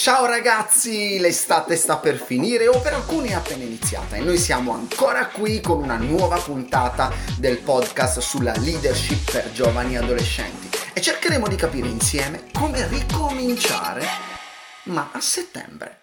Ciao ragazzi, l'estate sta per finire o per alcuni è appena iniziata e noi siamo ancora qui con una nuova puntata del podcast sulla leadership per giovani e adolescenti e cercheremo di capire insieme come ricominciare, ma a settembre.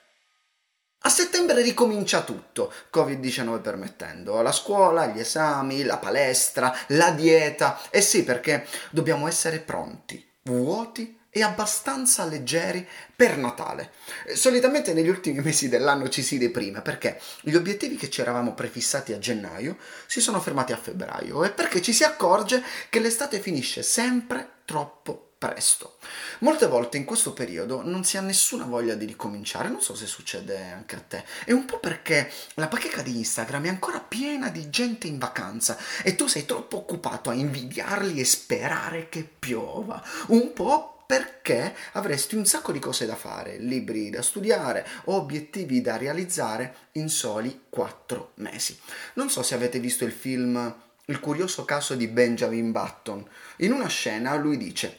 A settembre ricomincia tutto, Covid-19 permettendo, la scuola, gli esami, la palestra, la dieta, e sì, perché dobbiamo essere pronti, vuoti e abbastanza leggeri per Natale. Solitamente negli ultimi mesi dell'anno ci si deprime perché gli obiettivi che ci eravamo prefissati a gennaio si sono fermati a febbraio e perché ci si accorge che l'estate finisce sempre troppo presto. Molte volte in questo periodo non si ha nessuna voglia di ricominciare, non so se succede anche a te, è un po' perché la bacheca di Instagram è ancora piena di gente in vacanza e tu sei troppo occupato a invidiarli e sperare che piova, un po' perché avresti un sacco di cose da fare, libri da studiare o obiettivi da realizzare in soli 4 mesi. Non so se avete visto il film Il curioso caso di Benjamin Button. In una scena lui dice: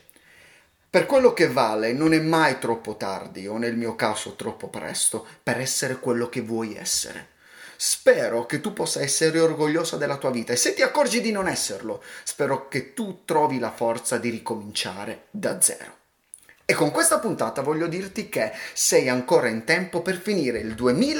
per quello che vale, non è mai troppo tardi, o nel mio caso troppo presto, per essere quello che vuoi essere. Spero che tu possa essere orgogliosa della tua vita e se ti accorgi di non esserlo, spero che tu trovi la forza di ricominciare da zero. E con questa puntata voglio dirti che sei ancora in tempo per finire il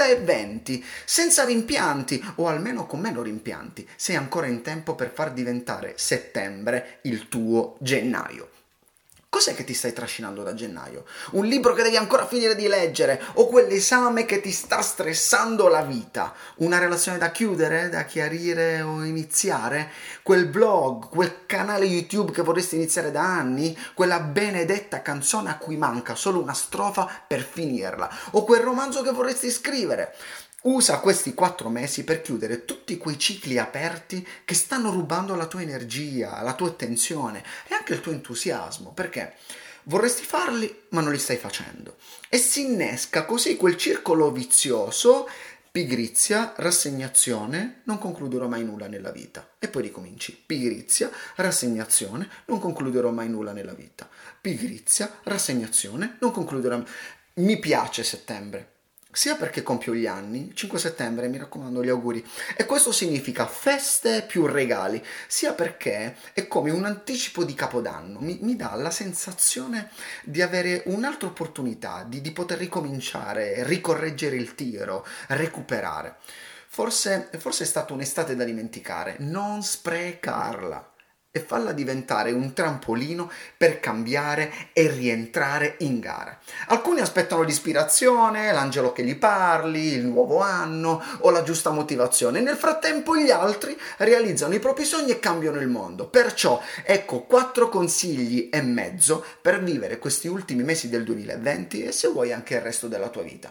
2020 senza rimpianti, o almeno con meno rimpianti. Sei ancora in tempo per far diventare settembre il tuo gennaio. Cos'è che ti stai trascinando da gennaio? Un libro che devi ancora finire di leggere o quell'esame che ti sta stressando la vita? Una relazione da chiudere, da chiarire o iniziare? Quel blog, quel canale YouTube che vorresti iniziare da anni? Quella benedetta canzone a cui manca solo una strofa per finirla? O quel romanzo che vorresti scrivere? Usa questi 4 mesi per chiudere tutti quei cicli aperti che stanno rubando la tua energia, la tua attenzione e anche il tuo entusiasmo, perché vorresti farli ma non li stai facendo. E si innesca così quel circolo vizioso: pigrizia, rassegnazione, non concluderò mai nulla nella vita. E poi ricominci: pigrizia, rassegnazione, non concluderò mai nulla nella vita. Pigrizia, rassegnazione, non concluderò mai. Mi piace settembre. Sia perché compio gli anni, 5 settembre, mi raccomando, gli auguri, e questo significa feste più regali, sia perché è come un anticipo di Capodanno, mi dà la sensazione di avere un'altra opportunità, di poter ricominciare, ricorreggere il tiro, recuperare. Forse è stata un'estate da dimenticare, non sprecarla e farla diventare un trampolino per cambiare e rientrare in gara. Alcuni aspettano l'ispirazione, l'angelo che gli parli, il nuovo anno o la giusta motivazione. Nel frattempo gli altri realizzano i propri sogni e cambiano il mondo. Perciò ecco 4 consigli e mezzo per vivere questi ultimi mesi del 2020 e se vuoi anche il resto della tua vita.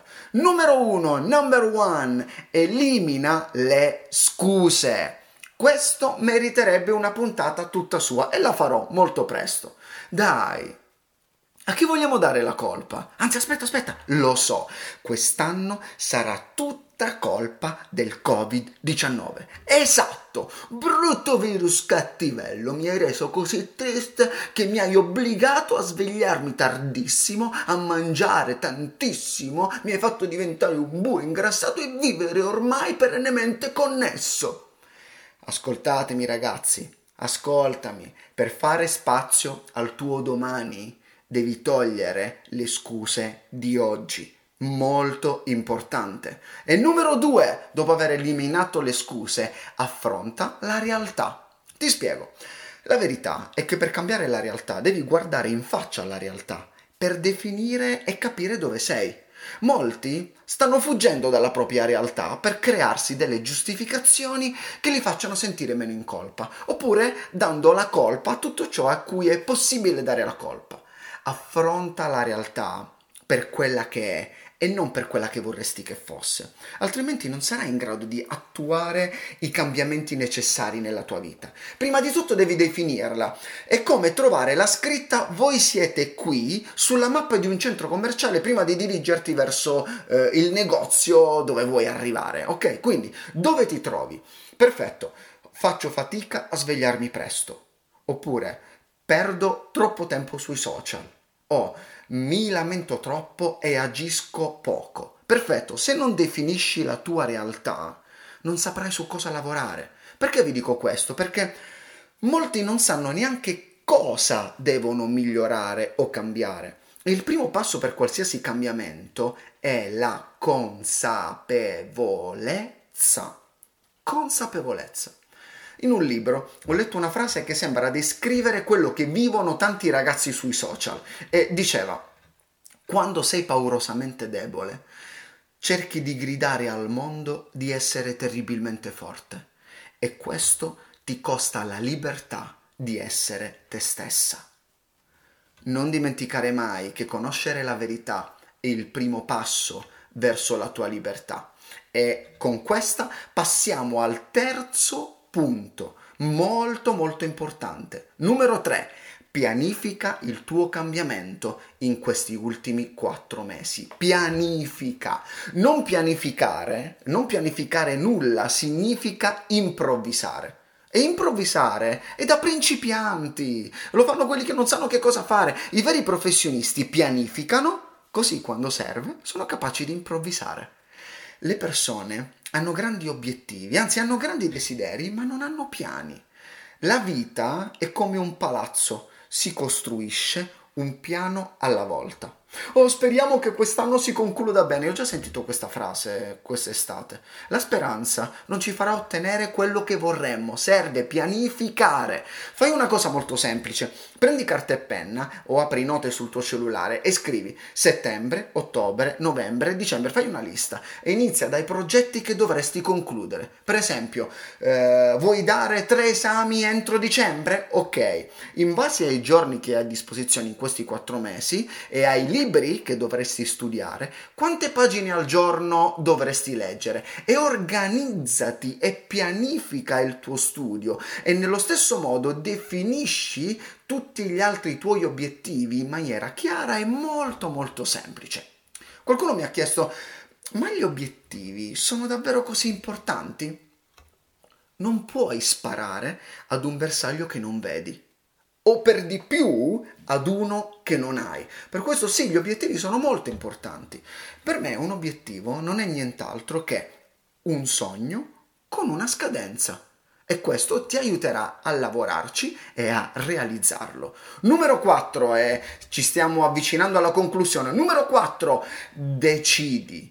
Number one, elimina le scuse. Questo meriterebbe una puntata tutta sua e la farò molto presto. Dai, a chi vogliamo dare la colpa? Anzi, aspetta, lo so, quest'anno sarà tutta colpa del Covid-19. Esatto, brutto virus cattivello, mi hai reso così triste che mi hai obbligato a svegliarmi tardissimo, a mangiare tantissimo, mi hai fatto diventare un bue ingrassato e vivere ormai perennemente connesso. Ascoltatemi ragazzi, ascoltami, per fare spazio al tuo domani devi togliere le scuse di oggi, molto importante. E numero 2, dopo aver eliminato le scuse, affronta la realtà. Ti spiego, la verità è che per cambiare la realtà devi guardare in faccia alla realtà, per definire e capire dove sei. Molti stanno fuggendo dalla propria realtà per crearsi delle giustificazioni che li facciano sentire meno in colpa, oppure dando la colpa a tutto ciò a cui è possibile dare la colpa. Affronta la realtà per quella che è e non per quella che vorresti che fosse, altrimenti non sarai in grado di attuare i cambiamenti necessari nella tua vita. Prima di tutto devi definirla. È come trovare la scritta "Voi siete qui" sulla mappa di un centro commerciale prima di dirigerti verso il negozio dove vuoi arrivare, ok? Quindi, dove ti trovi? Perfetto, faccio fatica a svegliarmi presto, oppure perdo troppo tempo sui social, o mi lamento troppo e agisco poco. Perfetto, se non definisci la tua realtà, non saprai su cosa lavorare. Perché vi dico questo? Perché molti non sanno neanche cosa devono migliorare o cambiare. Il primo passo per qualsiasi cambiamento è la consapevolezza. Consapevolezza. In un libro ho letto una frase che sembra descrivere quello che vivono tanti ragazzi sui social e diceva: quando sei paurosamente debole, cerchi di gridare al mondo di essere terribilmente forte e questo ti costa la libertà di essere te stessa. Non dimenticare mai che conoscere la verità è il primo passo verso la tua libertà. E con questa passiamo al terzo punto, molto molto importante. Numero 3. Pianifica il tuo cambiamento in questi ultimi 4 mesi. Pianifica. Non pianificare nulla significa improvvisare. E improvvisare è da principianti, lo fanno quelli che non sanno che cosa fare. I veri professionisti pianificano, così quando serve sono capaci di improvvisare. Le persone hanno grandi obiettivi, anzi hanno grandi desideri, ma non hanno piani. La vita è come un palazzo, si costruisce un piano alla volta. Oh, speriamo che quest'anno si concluda bene. Ho già sentito questa frase quest'estate. La speranza non ci farà ottenere quello che vorremmo, serve pianificare. Fai una cosa molto semplice. Prendi carta e penna o apri note sul tuo cellulare e scrivi settembre, ottobre, novembre, dicembre. Fai una lista e inizia dai progetti che dovresti concludere. Per esempio, vuoi dare 3 esami entro dicembre? Ok. In base ai giorni che hai a disposizione in questi 4 mesi e ai libri che dovresti studiare, quante pagine al giorno dovresti leggere e organizzati e pianifica il tuo studio e nello stesso modo definisci tutti gli altri tuoi obiettivi in maniera chiara e molto molto semplice. Qualcuno mi ha chiesto: ma gli obiettivi sono davvero così importanti? Non puoi sparare ad un bersaglio che non vedi, o per di più ad uno che non hai. Per questo sì, gli obiettivi sono molto importanti. Per me un obiettivo non è nient'altro che un sogno con una scadenza. E questo ti aiuterà a lavorarci e a realizzarlo. Numero 4, ci stiamo avvicinando alla conclusione. Numero 4, decidi.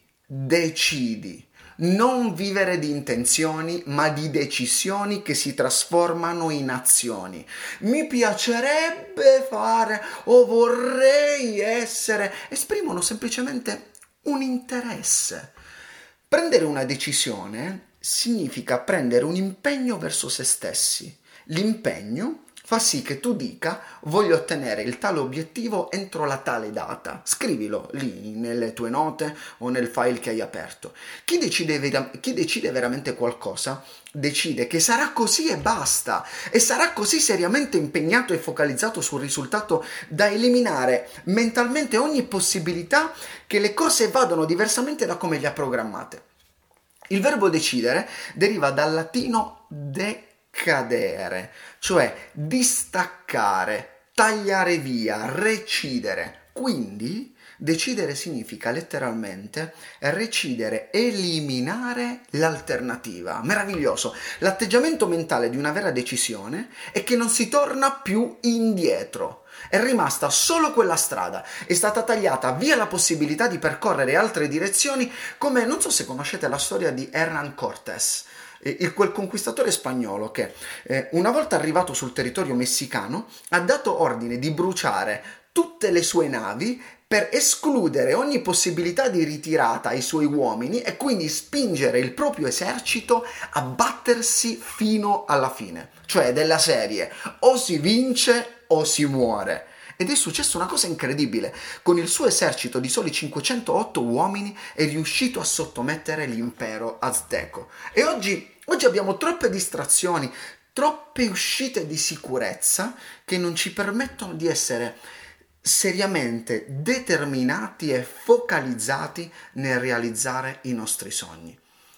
Non vivere di intenzioni, ma di decisioni che si trasformano in azioni. Mi piacerebbe fare o vorrei essere. Esprimono semplicemente un interesse. Prendere una decisione significa prendere un impegno verso se stessi. L'impegno fa sì che tu dica: voglio ottenere il tale obiettivo entro la tale data. Scrivilo lì nelle tue note o nel file che hai aperto. Chi decide veramente qualcosa decide che sarà così e basta, e sarà così seriamente impegnato e focalizzato sul risultato da eliminare mentalmente ogni possibilità che le cose vadano diversamente da come le ha programmate. Il verbo decidere deriva dal latino decadere, cioè distaccare, tagliare via, recidere. Quindi decidere significa letteralmente recidere, eliminare l'alternativa. Meraviglioso! L'atteggiamento mentale di una vera decisione è che non si torna più indietro. È rimasta solo quella strada, è stata tagliata via la possibilità di percorrere altre direzioni, come non so se conoscete la storia di Hernán Cortés, quel conquistatore spagnolo che una volta arrivato sul territorio messicano ha dato ordine di bruciare tutte le sue navi per escludere ogni possibilità di ritirata ai suoi uomini e quindi spingere il proprio esercito a battersi fino alla fine, cioè della serie o si vince o si muore. Ed è successa una cosa incredibile: con il suo esercito di soli 508 uomini è riuscito a sottomettere l'impero azteco. E oggi abbiamo troppe distrazioni, troppe uscite di sicurezza che non ci permettono di essere seriamente determinati e focalizzati nel realizzare i nostri sogni.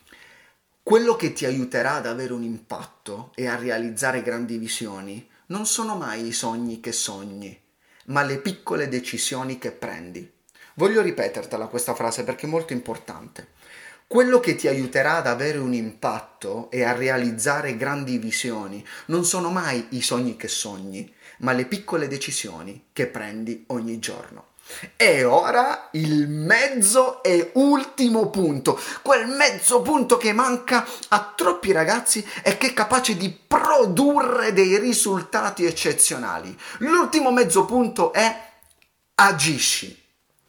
Quello che ti aiuterà ad avere un impatto e a realizzare grandi visioni non sono mai i sogni che sogni, ma le piccole decisioni che prendi. Voglio ripetertela questa frase perché è molto importante. Quello che ti aiuterà ad avere un impatto e a realizzare grandi visioni non sono mai i sogni che sogni, ma le piccole decisioni che prendi ogni giorno. E ora il mezzo e ultimo punto, quel mezzo punto che manca a troppi ragazzi e che è capace di produrre dei risultati eccezionali. L'ultimo mezzo punto è agisci.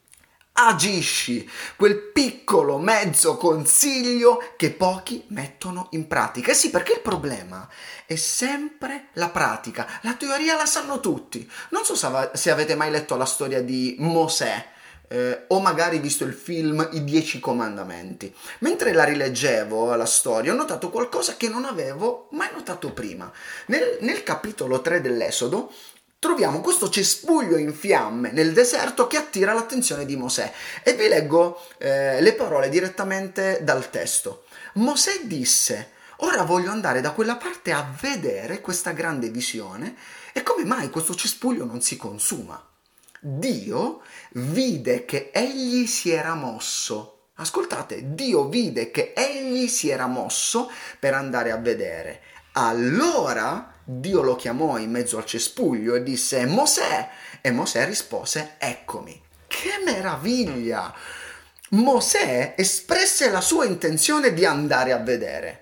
Agisci, quel piccolo mezzo consiglio che pochi mettono in pratica. E sì, perché il problema è sempre la pratica. La teoria la sanno tutti. Non so se avete mai letto la storia di Mosè o magari visto il film I 10 Comandamenti. Mentre la rileggevo la storia ho notato qualcosa che non avevo mai notato prima. Nel capitolo 3 dell'Esodo troviamo questo cespuglio in fiamme nel deserto che attira l'attenzione di Mosè. E vi leggo le parole direttamente dal testo. Mosè disse: ora voglio andare da quella parte a vedere questa grande visione e come mai questo cespuglio non si consuma. Dio vide che egli si era mosso. Ascoltate, Dio vide che egli si era mosso per andare a vedere. Allora Dio lo chiamò in mezzo al cespuglio e disse: Mosè! E Mosè rispose: eccomi. Che meraviglia! Mosè espresse la sua intenzione di andare a vedere.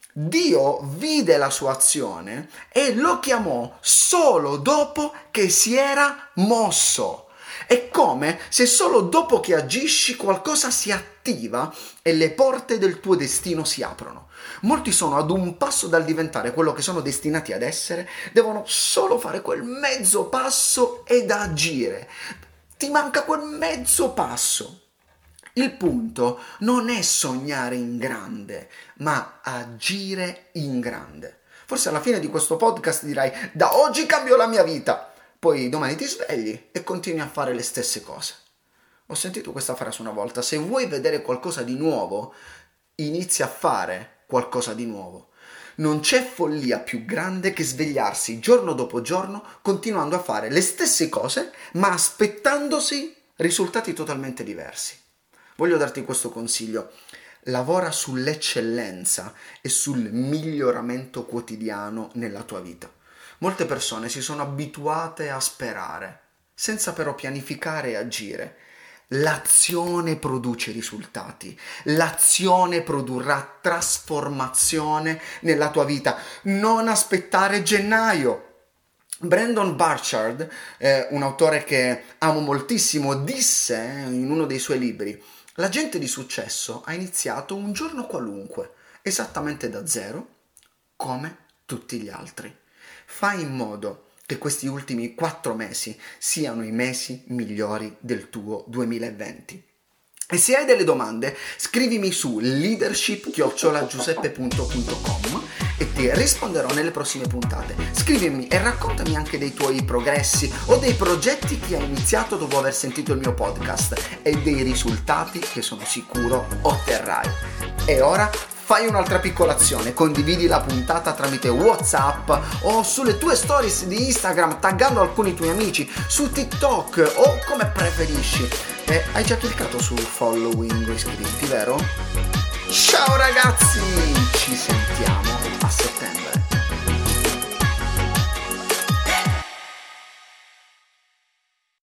Dio vide la sua azione e lo chiamò solo dopo che si era mosso. È come se solo dopo che agisci qualcosa si attiva e le porte del tuo destino si aprono. Molti sono ad un passo dal diventare quello che sono destinati ad essere, devono solo fare quel mezzo passo ed agire. Ti manca quel mezzo passo. Il punto non è sognare in grande, ma agire in grande. Forse alla fine di questo podcast dirai: da oggi cambio la mia vita. Poi domani ti svegli e continui a fare le stesse cose. Ho sentito questa frase una volta: se vuoi vedere qualcosa di nuovo, inizia a fare qualcosa di nuovo. Non c'è follia più grande che svegliarsi giorno dopo giorno continuando a fare le stesse cose, ma aspettandosi risultati totalmente diversi. Voglio darti questo consiglio: lavora sull'eccellenza e sul miglioramento quotidiano nella tua vita. Molte persone si sono abituate a sperare, senza però pianificare e agire. L'azione produce risultati, l'azione produrrà trasformazione nella tua vita. Non aspettare gennaio. Brandon Burchard, un autore che amo moltissimo, disse in uno dei suoi libri: la gente di successo ha iniziato un giorno qualunque, esattamente da zero, come tutti gli altri. Fai in modo che questi ultimi 4 mesi siano i mesi migliori del tuo 2020. E se hai delle domande, scrivimi su leadership@giuseppe.com e ti risponderò nelle prossime puntate. Scrivimi e raccontami anche dei tuoi progressi o dei progetti che hai iniziato dopo aver sentito il mio podcast e dei risultati che sono sicuro otterrai. E ora fai un'altra piccola azione: condividi la puntata tramite WhatsApp o sulle tue stories di Instagram taggando alcuni tuoi amici, su TikTok o come preferisci. E hai già cliccato su following o iscritti, vero? Ciao ragazzi, ci sentiamo a settembre.